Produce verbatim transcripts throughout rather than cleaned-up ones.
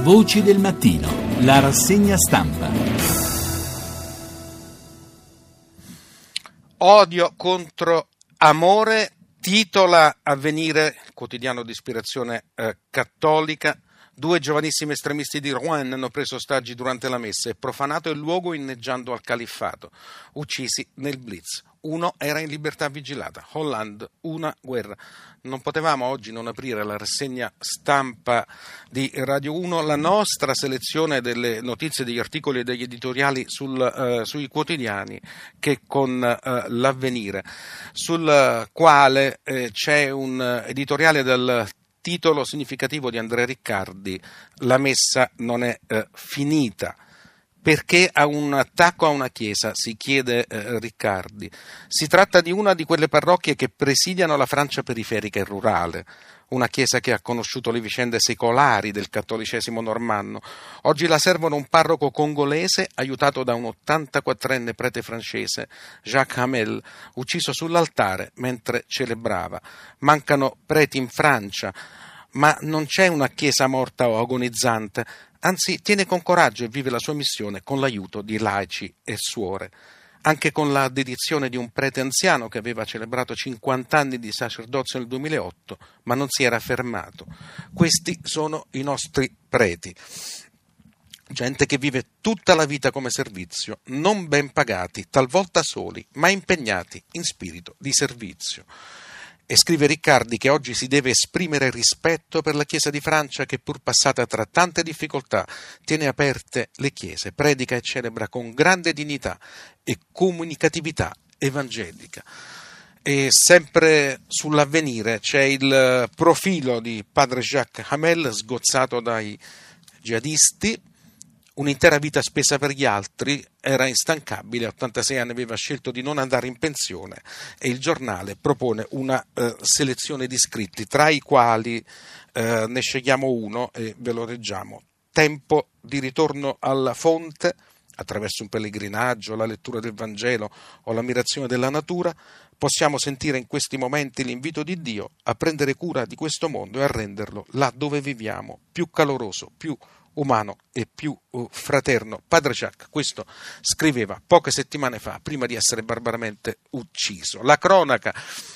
Voci del mattino, la rassegna stampa. Odio contro amore, titola Avvenire, quotidiano di ispirazione eh, cattolica. Due giovanissimi estremisti di Rouen hanno preso ostaggi durante la messa e profanato il luogo inneggiando al califfato, uccisi nel blitz. Uno era in libertà vigilata. Hollande, una guerra. Non potevamo oggi non aprire la rassegna stampa di Radio uno, la nostra selezione delle notizie, degli articoli e degli editoriali sul, uh, sui quotidiani, che con uh, l'Avvenire, sul quale uh, c'è un editoriale dal titolo significativo di Andrea Riccardi: la messa non è eh, finita. Perché a un attacco a una chiesa, si chiede eh, Riccardi. Si tratta di una di quelle parrocchie che presidiano la Francia periferica e rurale, una chiesa che ha conosciuto le vicende secolari del cattolicesimo normanno. Oggi la servono un parroco congolese aiutato da un ottantaquattrenne prete francese, Jacques Hamel, ucciso sull'altare mentre celebrava. Mancano preti in Francia, ma non c'è una chiesa morta o agonizzante, anzi tiene con coraggio e vive la sua missione con l'aiuto di laici e suore. Anche con la dedizione di un prete anziano che aveva celebrato cinquanta anni di sacerdozio nel duemilaotto, ma non si era fermato. Questi sono i nostri preti. Gente che vive tutta la vita come servizio, non ben pagati, talvolta soli, ma impegnati in spirito di servizio. E scrive Riccardi che oggi si deve esprimere rispetto per la Chiesa di Francia che, pur passata tra tante difficoltà, tiene aperte le chiese, predica e celebra con grande dignità e comunicatività evangelica. E sempre sull'Avvenire c'è il profilo di padre Jacques Hamel, sgozzato dai jihadisti. Un'intera vita spesa per gli altri, era instancabile, a ottantasei anni aveva scelto di non andare in pensione e il giornale propone una eh, selezione di scritti, tra i quali eh, ne scegliamo uno e ve lo leggiamo. Tempo di ritorno alla fonte, attraverso un pellegrinaggio, la lettura del Vangelo o l'ammirazione della natura, possiamo sentire in questi momenti l'invito di Dio a prendere cura di questo mondo e a renderlo, là dove viviamo, più caloroso, più umano e più uh, fraterno. Padre Jacques questo scriveva poche settimane fa, prima di essere barbaramente ucciso. La cronaca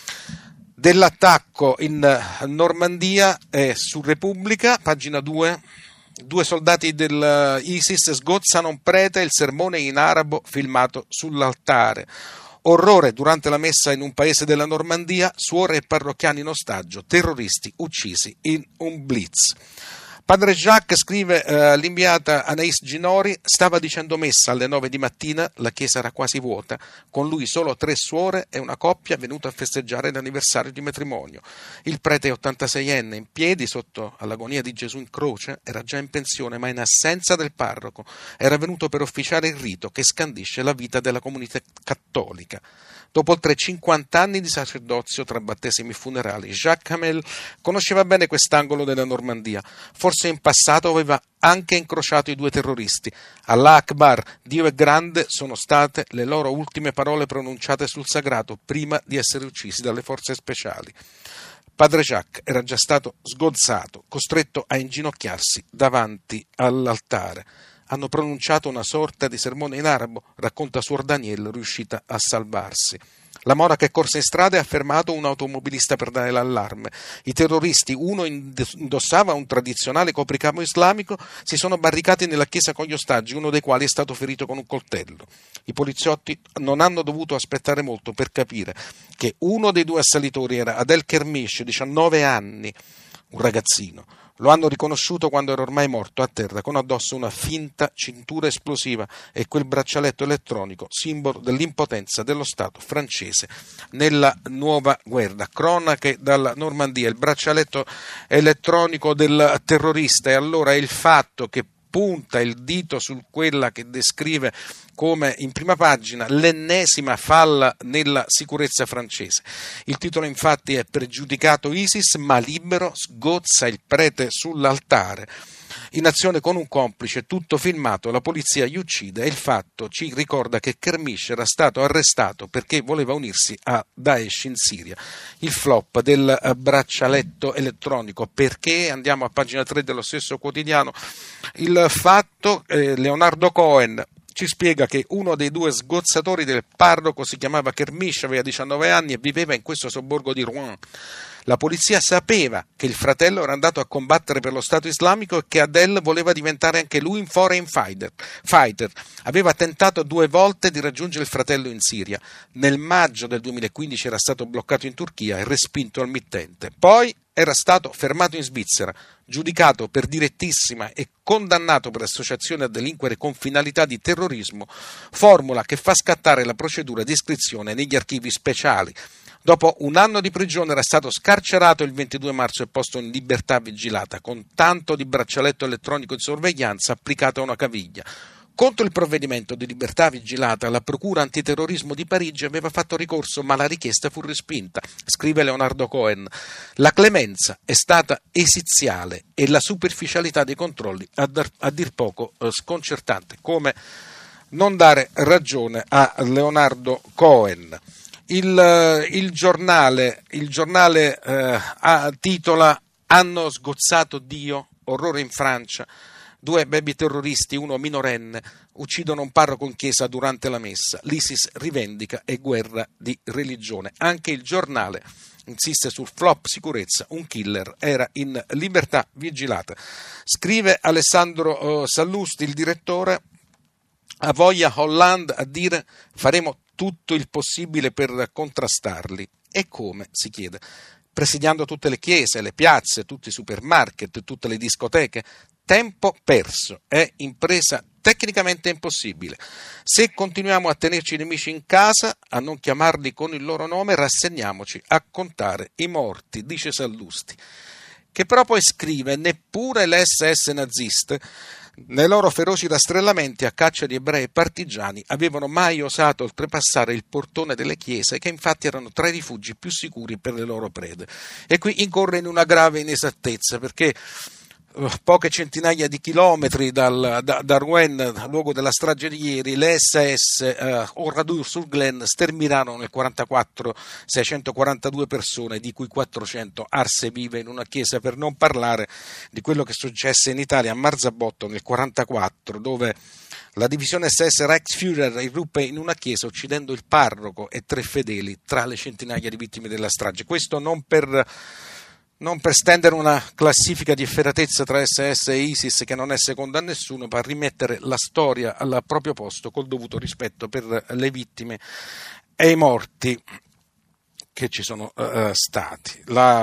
dell'attacco in Normandia è su Repubblica, pagina due. Due soldati dell'ISIS sgozzano un prete, il sermone in arabo filmato sull'altare. Orrore durante la messa in un paese della Normandia, suore e parrocchiani in ostaggio, terroristi uccisi in un blitz. Padre Jacques, scrive eh, l'inviata Anaïs Ginori, stava dicendo messa alle nove di mattina, la chiesa era quasi vuota, con lui solo tre suore e una coppia venuta a festeggiare l'anniversario di matrimonio. Il prete ottantaseienne in piedi sotto all'agonia di Gesù in croce, era già in pensione ma in assenza del parroco, era venuto per officiare il rito che scandisce la vita della comunità cattolica. Dopo oltre cinquanta anni di sacerdozio tra battesimi e funerali, Jacques Hamel conosceva bene quest'angolo della Normandia. Forse in passato aveva anche incrociato i due terroristi. Allah Akbar, Dio è grande, sono state le loro ultime parole pronunciate sul sagrato prima di essere uccisi dalle forze speciali. Padre Jacques era già stato sgozzato, costretto a inginocchiarsi davanti all'altare. Hanno pronunciato una sorta di sermone in arabo, racconta Suor Daniel, riuscita a salvarsi. La mora che corse in strada ha fermato un automobilista per dare l'allarme. I terroristi, uno indossava un tradizionale copricapo islamico, si sono barricati nella chiesa con gli ostaggi, uno dei quali è stato ferito con un coltello. I poliziotti non hanno dovuto aspettare molto per capire che uno dei due assalitori era Adel Kermish, diciannove anni, un ragazzino. Lo hanno riconosciuto quando era ormai morto a terra, con addosso una finta cintura esplosiva e quel braccialetto elettronico, simbolo dell'impotenza dello Stato francese nella nuova guerra. Cronache dalla Normandia, il braccialetto elettronico del terrorista, e allora è il fatto che punta il dito su quella che descrive come in prima pagina l'ennesima falla nella sicurezza francese. Il titolo infatti è: pregiudicato ISIS ma libero, sgozza il prete sull'altare. in azione con un complice, tutto filmato, la polizia gli uccide e il fatto ci ricorda che Kermish era stato arrestato perché voleva unirsi a Daesh in Siria. Il flop del braccialetto elettronico, perché? Andiamo a pagina tre dello stesso quotidiano. Il fatto, eh, Leonardo Cohen ci spiega che uno dei due sgozzatori del parroco si chiamava Kermish, aveva diciannove anni e viveva in questo sobborgo di Rouen. La polizia sapeva che il fratello era andato a combattere per lo Stato islamico e che Adel voleva diventare anche lui un foreign fighter. fighter. Aveva tentato due volte di raggiungere il fratello in Siria. Nel maggio del duemilaquindici era stato bloccato in Turchia e respinto al mittente. Poi era stato fermato in Svizzera, giudicato per direttissima e condannato per associazione a delinquere con finalità di terrorismo, formula che fa scattare la procedura di iscrizione negli archivi speciali. Dopo un anno di prigione era stato scarcerato il ventidue marzo e posto in libertà vigilata, con tanto di braccialetto elettronico di sorveglianza applicato a una caviglia. Contro il provvedimento di libertà vigilata, la Procura Antiterrorismo di Parigi aveva fatto ricorso, ma la richiesta fu respinta. Scrive Leonardo Cohen: la clemenza è stata esiziale e la superficialità dei controlli a, dar, a dir poco eh, sconcertante. Come non dare ragione a Leonardo Cohen? Il, il giornale, il giornale eh, a, titola "Hanno sgozzato Dio, orrore in Francia. Due baby terroristi, uno minorenne, uccidono un parroco in chiesa durante la messa. L'ISIS rivendica e guerra di religione". Anche il giornale insiste sul flop sicurezza, un killer era in libertà vigilata. Scrive Alessandro uh, Sallusti, il direttore: "Ha voglia Hollande a dire faremo tutto il possibile per contrastarli". E come, si chiede? Presidiando tutte le chiese, le piazze, tutti i supermarket, tutte le discoteche? Tempo perso, è impresa tecnicamente impossibile. Se continuiamo a tenerci i nemici in casa, a non chiamarli con il loro nome, rassegniamoci a contare i morti, dice Sallusti, che però poi scrive: neppure le esse esse naziste, nei loro feroci rastrellamenti a caccia di ebrei e partigiani, avevano mai osato oltrepassare il portone delle chiese, che infatti erano tra i rifugi più sicuri per le loro prede. E qui incorre in una grave inesattezza, perché poche centinaia di chilometri dal, da, da Rouen, luogo della strage di ieri, le esse esse eh, Oradour-sur-Glane sterminarono nel quarantaquattro seicentoquarantadue persone, di cui quattrocento arse vive in una chiesa, per non parlare di quello che successe in Italia a Marzabotto nel quarantaquattro, dove la divisione esse esse Reichsführer irruppe in una chiesa uccidendo il parroco e tre fedeli tra le centinaia di vittime della strage. Questo non per Non per stendere una classifica di efferatezza tra esse esse e ISIS che non è seconda a nessuno, ma rimettere la storia al proprio posto col dovuto rispetto per le vittime e i morti che ci sono uh, stati. La,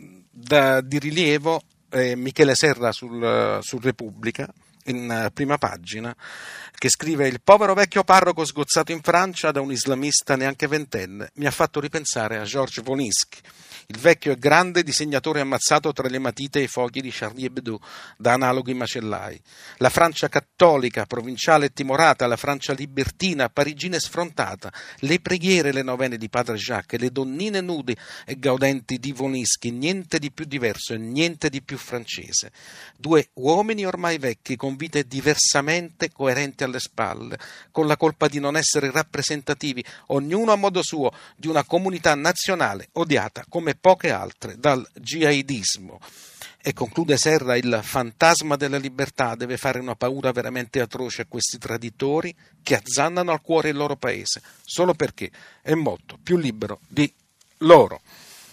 da, di rilievo eh, Michele Serra sul, sul Repubblica, in uh, prima pagina, che scrive: "Il povero vecchio parroco sgozzato in Francia da un islamista neanche ventenne mi ha fatto ripensare a Georges Wolinski. Il vecchio e grande disegnatore ammazzato tra le matite e i fuochi di Charlie Hebdo da analoghi macellai. La Francia cattolica, provinciale e timorata, la Francia libertina, parigina e sfrontata, le preghiere e le novene di Padre Jacques, le donnine nude e gaudenti di Wolinski, niente di più diverso e niente di più francese. Due uomini ormai vecchi, con vite diversamente coerenti alle spalle, con la colpa di non essere rappresentativi, ognuno a modo suo, di una comunità nazionale odiata come poche altre dal jihadismo". E conclude Serra: "Il fantasma della libertà deve fare una paura veramente atroce a questi traditori che azzannano al cuore il loro paese, solo perché è molto più libero di loro".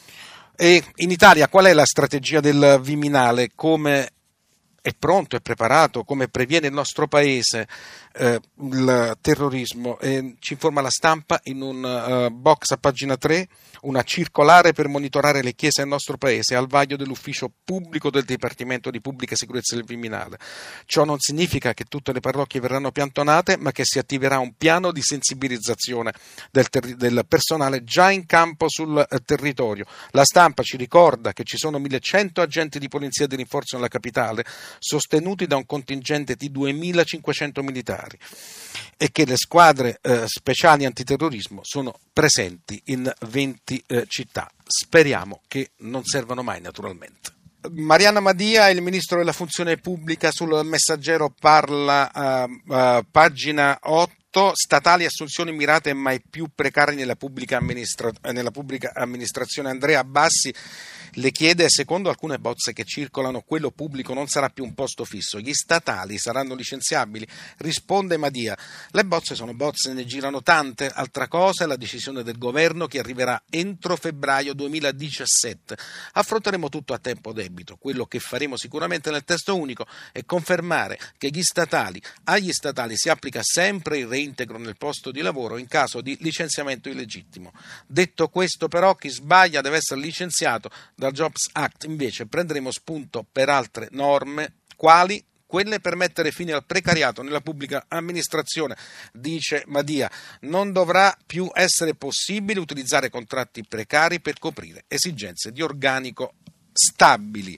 E in Italia qual è la strategia del Viminale? Come è pronto, è preparato, come previene il nostro paese eh, il terrorismo? E ci informa La Stampa in un uh, box a pagina tre: una circolare per monitorare le chiese nel nostro paese al vaglio dell'ufficio pubblico del Dipartimento di Pubblica Sicurezza del Viminale. Ciò non significa che tutte le parrocchie verranno piantonate, ma che si attiverà un piano di sensibilizzazione del, ter- del personale già in campo sul eh, territorio. La Stampa ci ricorda che ci sono millecento agenti di polizia di rinforzo nella capitale, sostenuti da un contingente di duemilacinquecento militari, e che le squadre eh, speciali antiterrorismo sono presenti in venti eh, città. Speriamo che non servano mai, naturalmente. Mariana Madia, il ministro della funzione pubblica, sul Messaggero parla, uh, uh, pagina otto, statali assunzioni mirate e mai più precarie nella pubblica, amministra- nella pubblica amministrazione. Andrea Bassi le chiede: secondo alcune bozze che circolano, quello pubblico non sarà più un posto fisso, gli statali saranno licenziabili? Risponde Madia: le bozze sono bozze, ne girano tante, altra cosa è la decisione del governo che arriverà entro febbraio duemiladiciassette. Affronteremo tutto a tempo debito. Quello che faremo sicuramente nel testo unico è confermare che gli statali, agli statali si applica sempre il reintegro nel posto di lavoro in caso di licenziamento illegittimo. Detto questo, però, chi sbaglia deve essere licenziato dal Jobs Act. Invece prenderemo spunto per altre norme, quali quelle per mettere fine al precariato nella pubblica amministrazione. Dice Madia: non dovrà più essere possibile utilizzare contratti precari per coprire esigenze di organico stabili.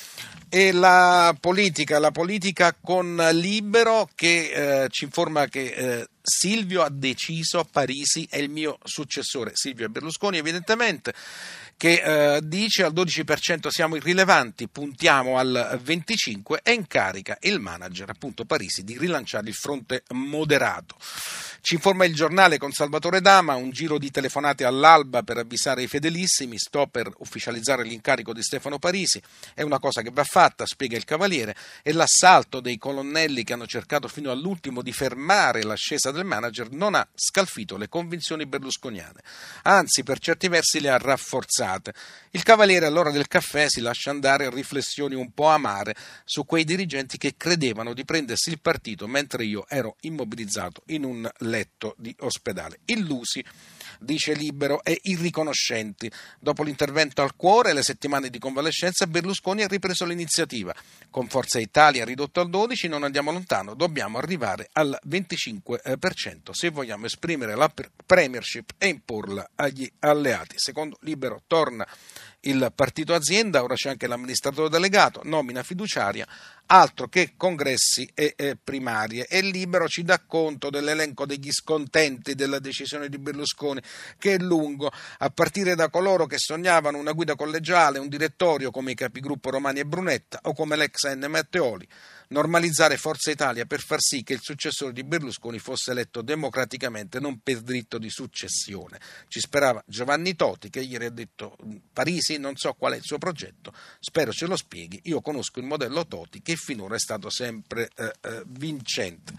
E la politica, la politica con Libero, che eh, ci informa che eh, Silvio ha deciso, Parisi è il mio successore. Silvio Berlusconi, evidentemente, che eh, dice: al dodici per cento siamo irrilevanti, puntiamo al venticinque per cento, e incarica il manager, appunto Parisi, di rilanciare il fronte moderato. Ci informa Il Giornale con Salvatore Dama: un giro di telefonate all'alba per avvisare i fedelissimi, sto per ufficializzare l'incarico di Stefano Parisi, è una cosa che va fatta, spiega il Cavaliere, e l'assalto dei colonnelli che hanno cercato fino all'ultimo di fermare l'ascesa del manager non ha scalfito le convinzioni berlusconiane, anzi per certi versi le ha rafforzate. Il Cavaliere all'ora del caffè si lascia andare a riflessioni un po' amare su quei dirigenti che credevano di prendersi il partito mentre io ero immobilizzato in un letto di ospedale. Illusi, dice Libero, e irriconoscenti. Dopo l'intervento al cuore e le settimane di convalescenza, Berlusconi ha ripreso l'iniziativa. Con Forza Italia ridotto al dodici, non andiamo lontano, dobbiamo arrivare al venticinque per cento se vogliamo esprimere la premiership e imporla agli alleati. Secondo Libero torna il partito azienda, ora c'è anche l'amministratore delegato, nomina fiduciaria, altro che congressi e eh, primarie. E Libero ci dà conto dell'elenco degli scontenti della decisione di Berlusconi, che è lungo, a partire da coloro che sognavano una guida collegiale, un direttorio come i capigruppo Romani e Brunetta o come l'ex N. Matteoli. Normalizzare Forza Italia per far sì che il successore di Berlusconi fosse eletto democraticamente, non per diritto di successione. Ci sperava Giovanni Toti, che ieri ha detto: Parisi, non so qual è il suo progetto, spero ce lo spieghi, io conosco il modello Toti che finora è stato sempre eh, eh, vincente.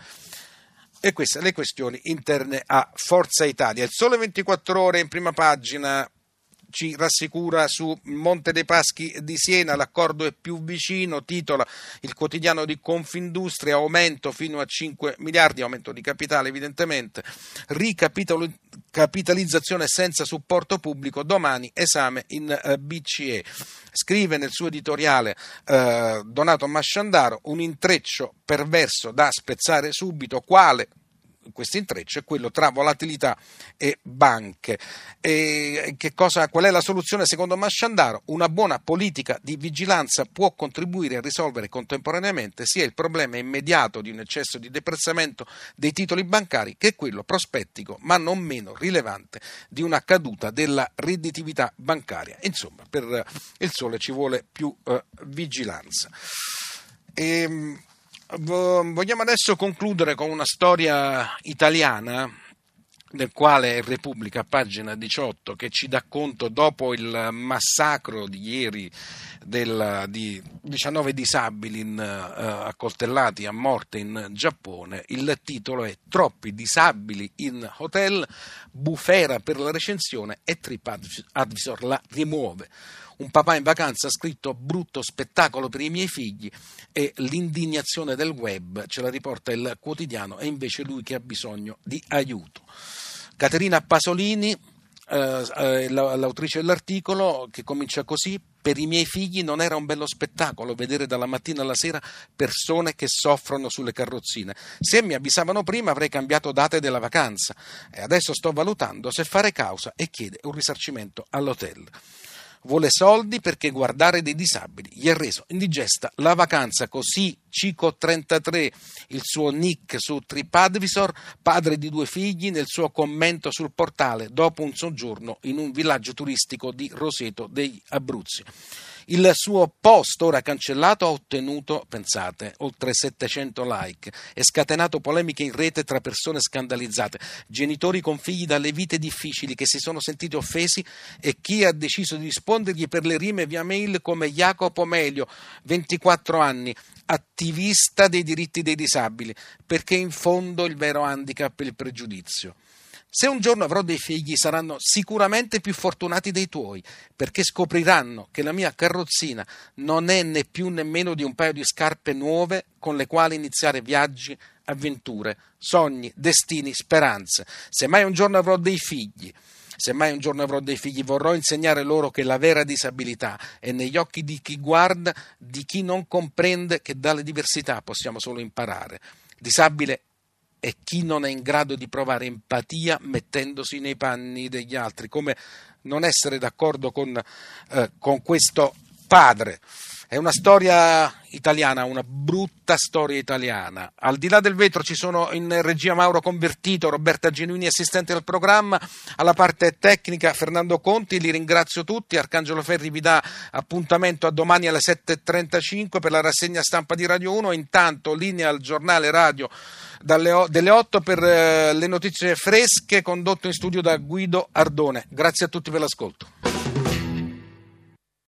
E queste le questioni interne a Forza Italia. Il Sole ventiquattro Ore in prima pagina ci rassicura su Monte dei Paschi di Siena, l'accordo è più vicino, titola il quotidiano di Confindustria, aumento fino a cinque miliardi, aumento di capitale evidentemente, ricapitalizzazione senza supporto pubblico, domani esame in uh, B C E. Scrive nel suo editoriale uh, Donato Masciandaro: un intreccio perverso da spezzare subito, quale? Questo intreccio è quello tra volatilità e banche. E che cosa, qual è la soluzione secondo Masciandaro? Una buona politica di vigilanza può contribuire a risolvere contemporaneamente sia il problema immediato di un eccesso di deprezzamento dei titoli bancari che quello prospettico, ma non meno rilevante, di una caduta della redditività bancaria. Insomma, per il Sole ci vuole più eh, vigilanza. E, vogliamo adesso concludere con una storia italiana, nel quale Repubblica, pagina diciotto, che ci dà conto, dopo il massacro di ieri del, di diciannove disabili in, uh, accoltellati a morte in Giappone, il titolo è Troppi disabili in hotel, bufera per la recensione e TripAdvisor la rimuove. Un papà in vacanza ha scritto: brutto spettacolo per i miei figli, e l'indignazione del web ce la riporta Il Quotidiano, è invece lui che ha bisogno di aiuto. Caterina Pasolini, eh, l'autrice dell'articolo, che comincia così: per i miei figli non era un bello spettacolo vedere dalla mattina alla sera persone che soffrono sulle carrozzine. Se mi avvisavano prima avrei cambiato date della vacanza e adesso sto valutando se fare causa, e chiede un risarcimento all'hotel. Vuole soldi perché guardare dei disabili gli ha reso indigesta la vacanza, così Cico trentatré, il suo nick su TripAdvisor, padre di due figli, nel suo commento sul portale dopo un soggiorno in un villaggio turistico di Roseto degli Abruzzi. Il suo post, ora cancellato, ha ottenuto, pensate, oltre settecento like e scatenato polemiche in rete tra persone scandalizzate, genitori con figli dalle vite difficili che si sono sentiti offesi e chi ha deciso di rispondergli per le rime via mail come Jacopo Melio, ventiquattro anni, attivista dei diritti dei disabili, perché in fondo il vero handicap è il pregiudizio. Se un giorno avrò dei figli saranno sicuramente più fortunati dei tuoi, perché scopriranno che la mia carrozzina non è né più nemmeno di un paio di scarpe nuove con le quali iniziare viaggi, avventure, sogni, destini, speranze. Se mai un giorno avrò dei figli, se mai un giorno avrò dei figli, vorrò insegnare loro che la vera disabilità è negli occhi di chi guarda, di chi non comprende che dalle diversità possiamo solo imparare. Disabile è chi non è in grado di provare empatia mettendosi nei panni degli altri, come non essere d'accordo con, eh, con questo padre. È una storia italiana, una brutta storia italiana. Al di là del vetro ci sono in regia Mauro Convertito, Roberta Genuini, assistente al programma, alla parte tecnica Fernando Conti. Li ringrazio tutti. Arcangelo Ferri vi dà appuntamento a domani alle sette e trentacinque per la rassegna stampa di Radio uno. Intanto linea al giornale radio dalle, delle otto per eh, le notizie fresche, condotto in studio da Guido Ardone. Grazie a tutti per l'ascolto.